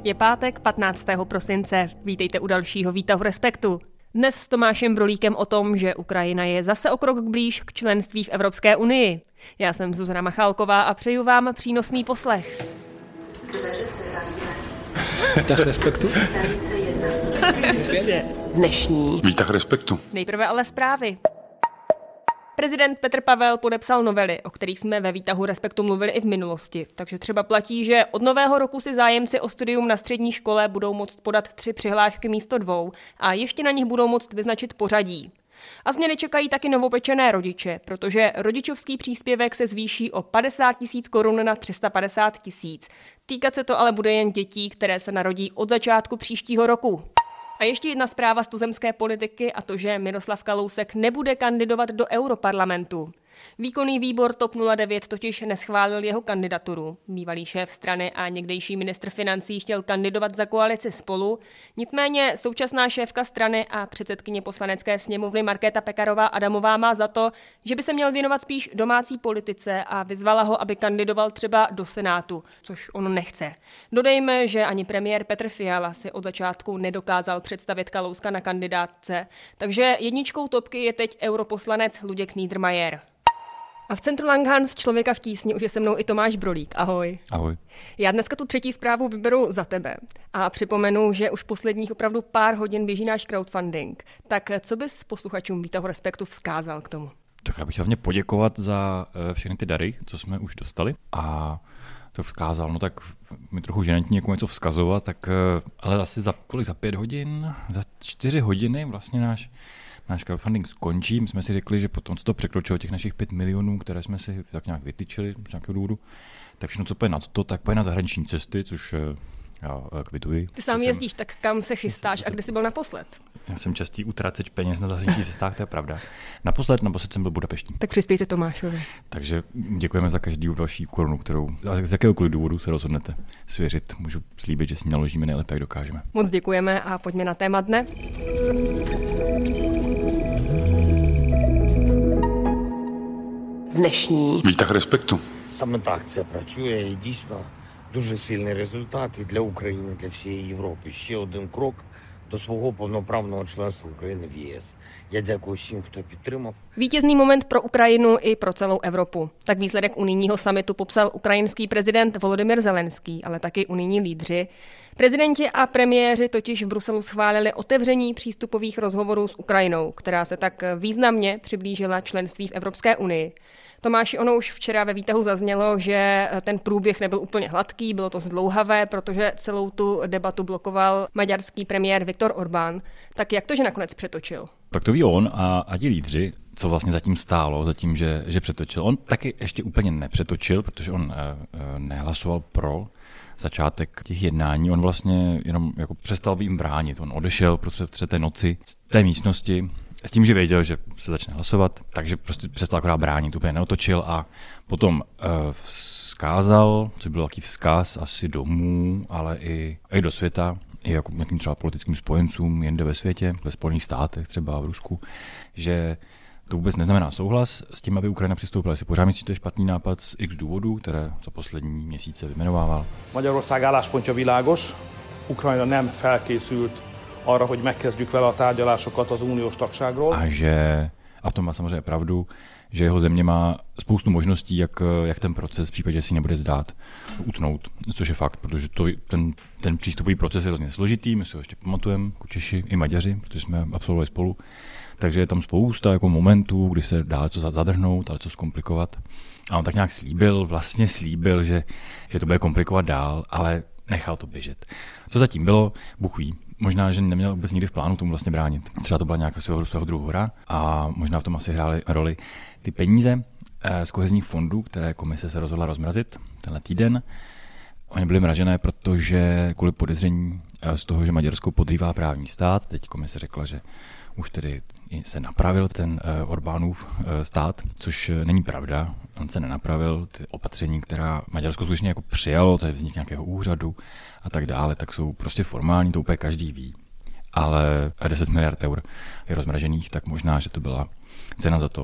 Je pátek 15. prosince. Vítejte u dalšího výtahu Respektu. Dnes s Tomášem Brolíkem o tom, že Ukrajina je zase o krok blíž k členství v Evropské unii. Já jsem Zuzana Machálková a přeju vám přínosný poslech. Výtah Respektu? Dnešní Výtah Respektu. Nejprve ale zprávy. Prezident Petr Pavel podepsal novely, o kterých jsme ve výtahu Respektu mluvili i v minulosti. Takže třeba platí, že od nového roku si zájemci o studium na střední škole budou moct podat 3 přihlášky místo 2 a ještě na nich budou moct vyznačit pořadí. A změny čekají taky novopečené rodiče, protože rodičovský příspěvek se zvýší o 50 000 korun na 350 000. Týkat se to ale bude jen dětí, které se narodí od začátku příštího roku. A ještě jedna zpráva z tuzemské politiky, a to, že Miroslav Kalousek nebude kandidovat do Europarlamentu. Výkonný výbor TOP 09 totiž neschválil jeho kandidaturu. Bývalý šéf strany a někdejší ministr financí chtěl kandidovat za koalici Spolu, nicméně současná šéfka strany a předsedkyně poslanecké sněmovny Markéta Pekarová Adamová má za to, že by se měl věnovat spíš domácí politice a vyzvala ho, aby kandidoval třeba do Senátu, což on nechce. Dodejme, že ani premiér Petr Fiala si od začátku nedokázal představit Kalouska na kandidátce, takže jedničkou topky je teď europoslanec Luděk Niedermayer. A v centru Langhans Člověka v tísni už je se mnou i Tomáš Brolík. Ahoj. Ahoj. Já dneska tu třetí zprávu vyberu za tebe a připomenu, že už posledních opravdu pár hodin běží náš crowdfunding. Tak co bys posluchačům Výtahu Respektu vzkázal k tomu? Tak já bych chtěl hlavně poděkovat za všechny ty dary, co jsme už dostali, a to vzkázal, no tak mi trochu ženantní někomu něco vzkazovat, tak ale asi za 5 hodin, za 4 hodiny vlastně náš crowdfunding skončí. My jsme si řekli, že potom, co to překročilo těch našich 5 milionů, které jsme si tak nějak vytyčili z nějakého důvodu, tak všechno, co půjde nad to, tak půjde na zahraniční cesty, což já kvituji. Ty sám jezdíš, tak kam se chystáš a kde jsi byl naposled? Já jsem častý utraceč peněz na zahraničních cestách, to je pravda. Naposled jsem byl v Budapešti. Tak přispějte Tomášovi. Takže děkujeme za každou další korunu, kterou z jakéhokoliv důvodu se rozhodnete svěřit. Můžu slíbit, že s ní naložíme nejlépe, jak dokážeme. Moc děkujeme a pojďme na téma dne. Dnešní Výtah Respektu. Саме так це працює і дійсно дуже сильний результат і для України, для всієї Європи. Ще один крок до свого повноправного членства України в ЄС. Я дякую всім, хто підтримав. Vítězný moment pro Ukrajinu i pro celou Evropu. Tak výsledek unijního summitu popsal ukrajinský prezident Volodymyr Zelenský, ale taky unijní lídři. Prezidenti a premiéři totiž v Bruselu schválili otevření přístupových rozhovorů s Ukrajinou, která se tak významně přiblížila členství v Evropské unii. Tomáši, ono už včera ve výtahu zaznělo, že ten průběh nebyl úplně hladký, bylo to zdlouhavé, protože celou tu debatu blokoval maďarský premiér Viktor Orbán. Tak jak to, že nakonec přetočil? Tak to ví on a ti lídři, co vlastně zatím stálo, zatím, že přetočil. On taky ještě úplně nepřetočil, protože on nehlasoval pro začátek těch jednání. On vlastně jenom jako přestal jim bránit. On odešel prostřed té noci z té místnosti s tím, že věděl, že se začne hlasovat, takže prostě přestal akorát bránit, úplně neotočil a potom vzkázal, což byl takový vzkaz asi domů, ale i do světa, i jako nějakým třeba politickým spojencům jinde ve světě, ve Spojených státech, třeba v Rusku, že to vůbec neznamená souhlas s tím, aby Ukrajina přistoupila. Si pořád myslí, že to je špatný nápad z x důvodů, které za poslední měsíce vyjmenovával. Magyarország álláspontja világos. Ukrajina nem felkészült arra, hogy megkezdjük vele a tárgyalásokat az uniós tagságról. A v tom má samozřejmě pravdu, že jeho země má spoustu možností, jak ten proces v případě, že si nebude zdát, utnout, což je fakt, protože ten přístupový proces je hrozně složitý, my si ho ještě pamatujeme, jako Češi i Maďaři, protože jsme absolvovali spolu, takže je tam spousta jako momentů, kdy se dá co zadrhnout, ale co zkomplikovat. A on tak nějak slíbil, že to bude komplikovat dál, ale nechal to běžet. Co zatím bylo, Bůh ví. Možná, že neměl vůbec nikdy v plánu tomu vlastně bránit. Třeba to byla nějaká svého druhu hra a možná v tom asi hrály roli ty peníze z kohezních fondů, které komise se rozhodla rozmrazit tenhle týden. Oni byly mražené, protože kvůli podezření z toho, že Maďarsko podrývá právní stát, teď komise řekla, že už tedy se napravil ten Orbánův stát, což není pravda. On se nenapravil. Ty opatření, která Maďarsko skutečně jako přijalo, to je vznik nějakého úřadu a tak dále, tak jsou prostě formální, to úplně každý ví. Ale 10 miliard eur je rozmražených, tak možná, že to byla cena za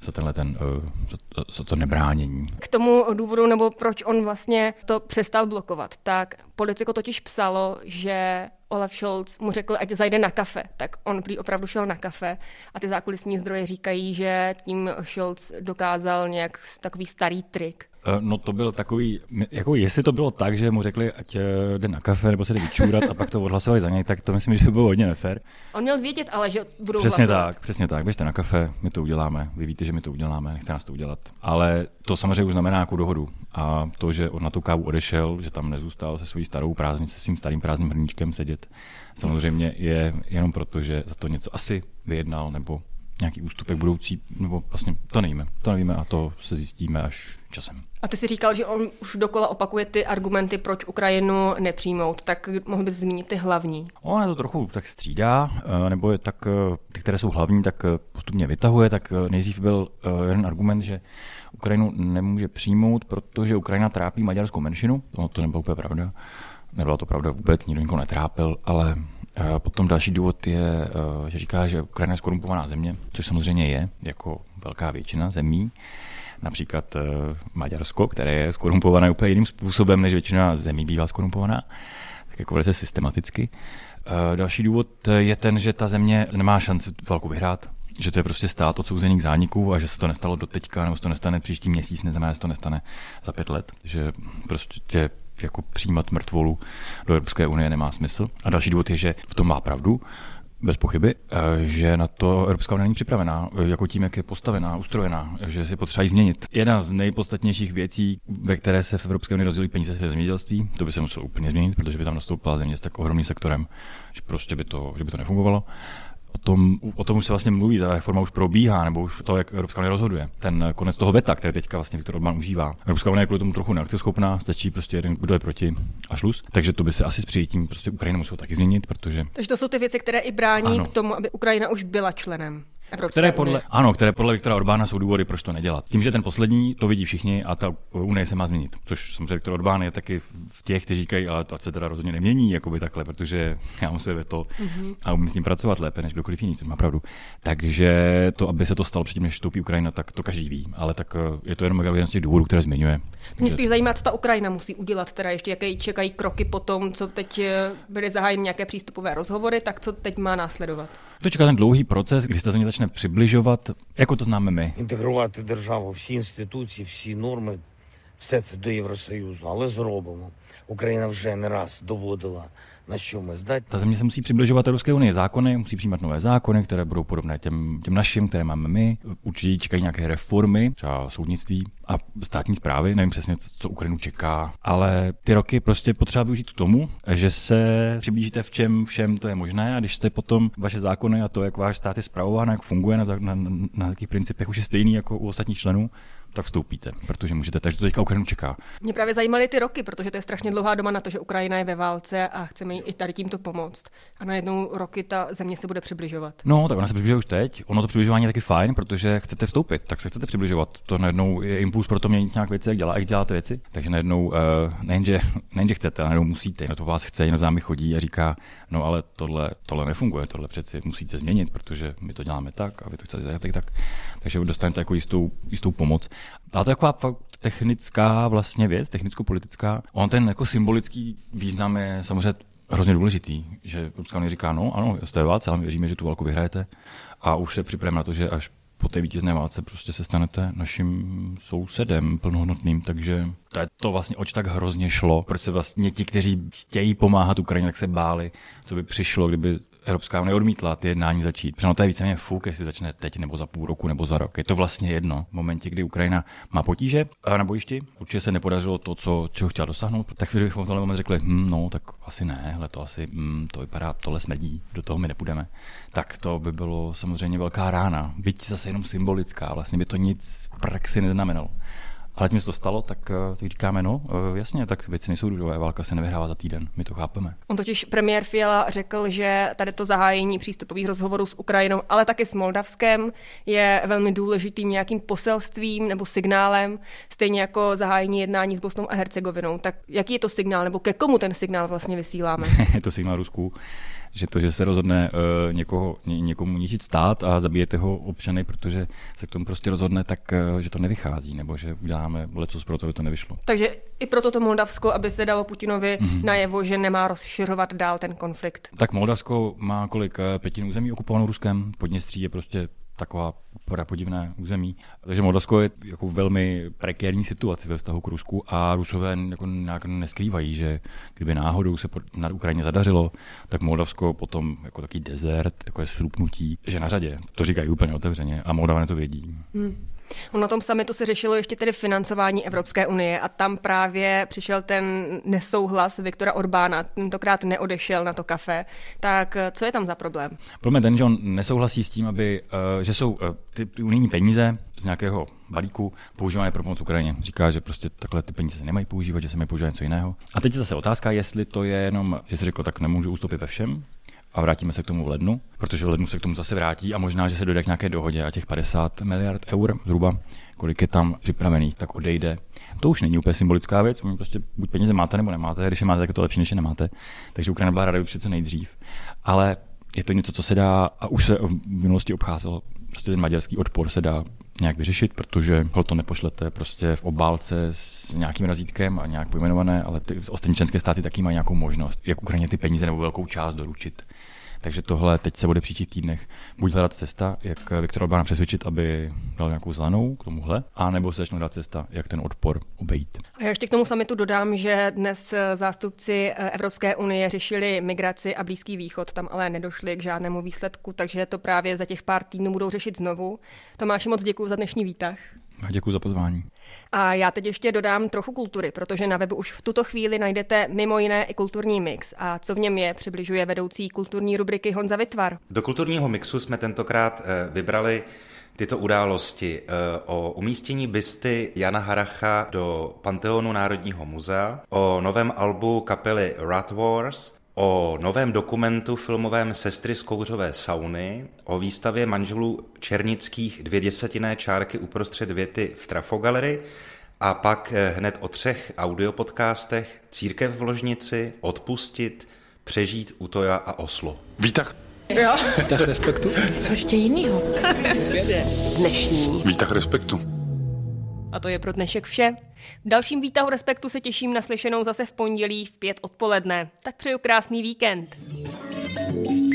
to nebránění. K tomu důvodu, nebo proč on vlastně to přestal blokovat, tak Politico totiž psalo, že Olaf Scholz mu řekl, ať zajde na kafe, tak on prý opravdu šel na kafe a ty zákulisní zdroje říkají, že tím Scholz dokázal nějak takový starý trik. No to byl takový, jako jestli to bylo tak, že mu řekli, ať jde na kafe nebo se jde vyčůrat a pak to odhlasovali za něj, tak to myslím, že by bylo hodně nefér. On měl vědět, ale že budou přesně hlasovat. Přesně tak, běžte na kafe, my to uděláme, vy víte, že my to uděláme, nechte nás to udělat. Ale to samozřejmě už znamená nějakou dohodu. A to, že on na tu kávu odešel, že tam nezůstal se svojí starou prázdnicí, se svým starým prázdným hrníčkem sedět, samozřejmě je jenom proto, že za to něco asi vyjednal nebo nějaký ústupek budoucí, nebo vlastně to nevíme a to se zjistíme až časem. A ty si říkal, že on už dokola opakuje ty argumenty, proč Ukrajinu nepřijmout, tak mohl bys zmínit ty hlavní. On je to trochu tak střídá, nebo je tak, ty, které jsou hlavní, tak postupně vytahuje, tak nejdřív byl jeden argument, že Ukrajinu nemůže přijmout, protože Ukrajina trápí maďarskou menšinu. To nebyla úplně pravda. Nebyla to pravda vůbec, nikdo nikoho netrápil, ale potom další důvod je, že říká, že Ukrajina je skorumpovaná země, což samozřejmě je, jako velká většina zemí. Například Maďarsko, které je skorumpované úplně jiným způsobem, než většina zemí bývá skorumpovaná, tak jako velice systematicky. Další důvod je ten, že ta země nemá šanci válku vyhrát, že to je prostě stát odsouzený k zániku a že se to nestalo doteďka, nebo se to nestane příští měsíc, neznamená, že se to nestane za 5 let, že prostě jako přijímat mrtvolu do Evropské unie nemá smysl. A další důvod je, že v tom má pravdu, bez pochyby, že na to Evropská unie není připravená, jako tím, jak je postavená, ustrojená, že si potřeba změnit. Jedna z nejpodstatnějších věcí, ve které se v Evropské unii rozdělí peníze v zemědělství, to by se muselo úplně změnit, protože by tam nastoupila země s tak ohromným sektorem, že prostě by to nefungovalo. O tom už se vlastně mluví, ta reforma už probíhá, nebo už to, jak Evropská unie rozhoduje. Ten konec toho veta, který teďka vlastně Viktor Orbán užívá. Evropská unie je kvůli tomu trochu neakceschopná, stačí prostě jeden, kdo je proti a šluz. Takže to by se asi s přijetím prostě Ukrajina musela taky změnit, protože... Takže to jsou ty věci, které i brání k tomu, aby Ukrajina už byla členem Evropské unie. Které podle Viktora Orbána jsou důvody, proč to nedělat. Tím, že ten poslední, to vidí všichni a ta unie se má změnit. Což samozřejmě Viktor Orbán je taky v těch, kteří říkají, ale to se teda rozhodně nemění, jakoby takhle, protože já mám své veto a umím s ním pracovat lépe než kdokoliv jiný, co má pravdu. Takže to, aby se to stalo předtím, než vstoupí Ukrajina, tak to každý ví, ale tak je to jenom jeden z těch důvodů, které zmiňuje. Mě spíš zajímá, co ta Ukrajina musí udělat, teda ještě jaké čekají kroky po tom, co teď byly zahájeny nějaké přístupové rozhovory, tak co teď má následovat. To čeká ten dlouhý proces, kdy se ta země začne přibližovat, jako to známe my. Інтегрувати державу, всі інституції, всі норми, все це до Євросоюзу, але зробимо. Україна вже не раз доводила, na що ми здатні. Ta země se musí přibližovat Evropské unii zákony, musí přijímat nové zákony, které budou podobné těm našim, které máme my. Určitě čekají nějaké reformy, třeba soudnictví a státní správy, nevím přesně, co Ukrajinu čeká, ale ty roky prostě potřeba využít k tomu, že se přiblížíte všem to je možné a když jste potom vaše zákony a to, jak váš stát je spravován, jak funguje na jakých principech už je stejný jako u ostatních členů, tak vstoupíte, protože můžete. Takže to teďka Ukrajinu čeká. Mě právě zajímaly ty roky, protože to je strašně dlouhá doba na to, že Ukrajina je ve válce a chceme jí i tady tímto pomoct. A najednou roky ta země se bude přibližovat. No, tak ona se přibližuje už teď. Ono to přibližování je taky fajn, protože chcete vstoupit, tak se chcete přibližovat. To najednou je impuls pro to měnit nějak věci, jak děláte věci. Takže najednou nejenže chcete, ale najednou musíte. Na to vás chce, jenom za námi chodí a říká, no ale tohle nefunguje, tohle přeci musíte změnit, protože my to děláme tak a vy to chcete tak. Takže dostanete jako jistou pomoc. Ale to je taková technická vlastně věc, technicko-politická. On ten jako symbolický význam je samozřejmě hrozně důležitý, že Evropská unie říká, no ano, jste ve válce, ale my věříme, že tu válku vyhrajete a už se připravíme na to, že až po té vítězné válce prostě se stanete naším sousedem plnohodnotným, takže to je to vlastně, oč tak hrozně šlo, proč se vlastně ti, kteří chtějí pomáhat Ukrajině, tak se báli, co by přišlo, kdyby Evropská unie odmítla ty jednání začít. Protože to je víceméně fuk, jestli začne teď nebo za půl roku nebo za rok. Je to vlastně jedno. V momentě, kdy Ukrajina má potíže na bojišti, určitě se nepodařilo to, čeho chtěla dosáhnout, tak chvíli bychom v tomhle moment řekli, no tak asi ne, to vypadá, tohle smrdí, do toho my nepůjdeme. Tak to by bylo samozřejmě velká rána. Byť zase jenom symbolická, vlastně by to nic v praxi neznamenalo. Ale tím se to stalo, tak říkáme, no jasně, tak věci nejsou růžové, válka se nevyhrává za týden, my to chápeme. On totiž premiér Fiala řekl, že tady to zahájení přístupových rozhovorů s Ukrajinou, ale taky s Moldavskem je velmi důležitým nějakým poselstvím nebo signálem, stejně jako zahájení jednání s Bosnou a Hercegovinou. Tak jaký je to signál, nebo ke komu ten signál vlastně vysíláme? Je to signál Rusku, že to, že se rozhodne někomu ničit stát a zabijete ho občany, protože se k tomu prostě rozhodne, tak že to nevychází, nebo že uděláme lecos pro to, aby to nevyšlo. Takže i proto to Moldavsko, aby se dalo Putinovi najevo, že nemá rozšiřovat dál ten konflikt. Tak Moldavsko má kolik? 5 území okupovanou Ruskem, Podněstří je prostě taková podivné území. Takže Moldavsko je jako velmi prekérní situaci ve vztahu k Rusku a Rusové jako nějak neskrývají, že kdyby náhodou se na Ukrajině zadařilo, tak Moldavsko potom jako takový desert, takové srupnutí, že na řadě. To říkají úplně otevřeně a Moldavané to vědí. Na tom summitu se řešilo ještě tedy financování Evropské unie a tam právě přišel ten nesouhlas Viktora Orbána, tentokrát neodešel na to kafe. Tak co je tam za problém? Problém je ten, že on nesouhlasí s tím, že jsou ty unijní peníze z nějakého balíku používané pro pomoc Ukrajině. Říká, že prostě takhle ty peníze se nemají používat, že se mají používat něco jiného. A teď je zase otázka, jestli to je jenom, že se řeklo, tak nemůžu ustoupit ve všem, a vrátíme se k tomu v lednu, protože v lednu se k tomu zase vrátí a možná, že se dojde k nějaké dohodě a těch 50 miliard eur zhruba, kolik je tam připravených, tak odejde. To už není úplně symbolická věc, prostě buď peníze máte nebo nemáte, když je máte, tak je to lepší, než je nemáte. Takže Ukrajina byla ráda už co nejdřív. Ale je to něco, co se dá a už se v minulosti obcházelo. Prostě ten maďarský odpor se dá nějak vyřešit, protože ho to nepošlete prostě v obálce s nějakým razítkem a nějak pojmenované, ale ty ostatní členské státy taky mají nějakou možnost, jak Ukrajině ty peníze nebo velkou část doručit. Takže tohle teď se bude v příštích týdnech buď hledat cesta, jak Viktora Orbána přesvědčit, aby dal nějakou zelenou k tomuhle, anebo se začnou dát cesta, jak ten odpor obejít. A já ještě k tomu summitu dodám, že dnes zástupci Evropské unie řešili migraci a Blízký východ, tam ale nedošli k žádnému výsledku, takže to právě za těch pár týdnů budou řešit znovu. Tomáši, moc děkuji za dnešní výtah. Děkuji za pozvání. A já teď ještě dodám trochu kultury, protože na webu už v tuto chvíli najdete mimo jiné i kulturní mix. A co v něm je, přibližuje vedoucí kulturní rubriky Honza Vitvar. Do kulturního mixu jsme tentokrát vybrali tyto události o umístění busty Jana Haracha do Panteonu Národního muzea, o novém albu kapely Rat Wars, o novém dokumentu filmovém Sestry z kouřové sauny, o výstavě manželů Černických 2/10 čárky uprostřed věty v Trafogalerii a pak hned o 3 audiopodcastech Církev v ložnici, Odpustit, Přežít u Toja a Oslo. Výtah. Jo. Výtah Respektu. Co ještě jinýho? Dnešní. Výtah Respektu. A to je pro dnešek vše. V dalším výtahu Respektu se těším na slyšenou zase v pondělí v 5 odpoledne. Tak přeju krásný víkend.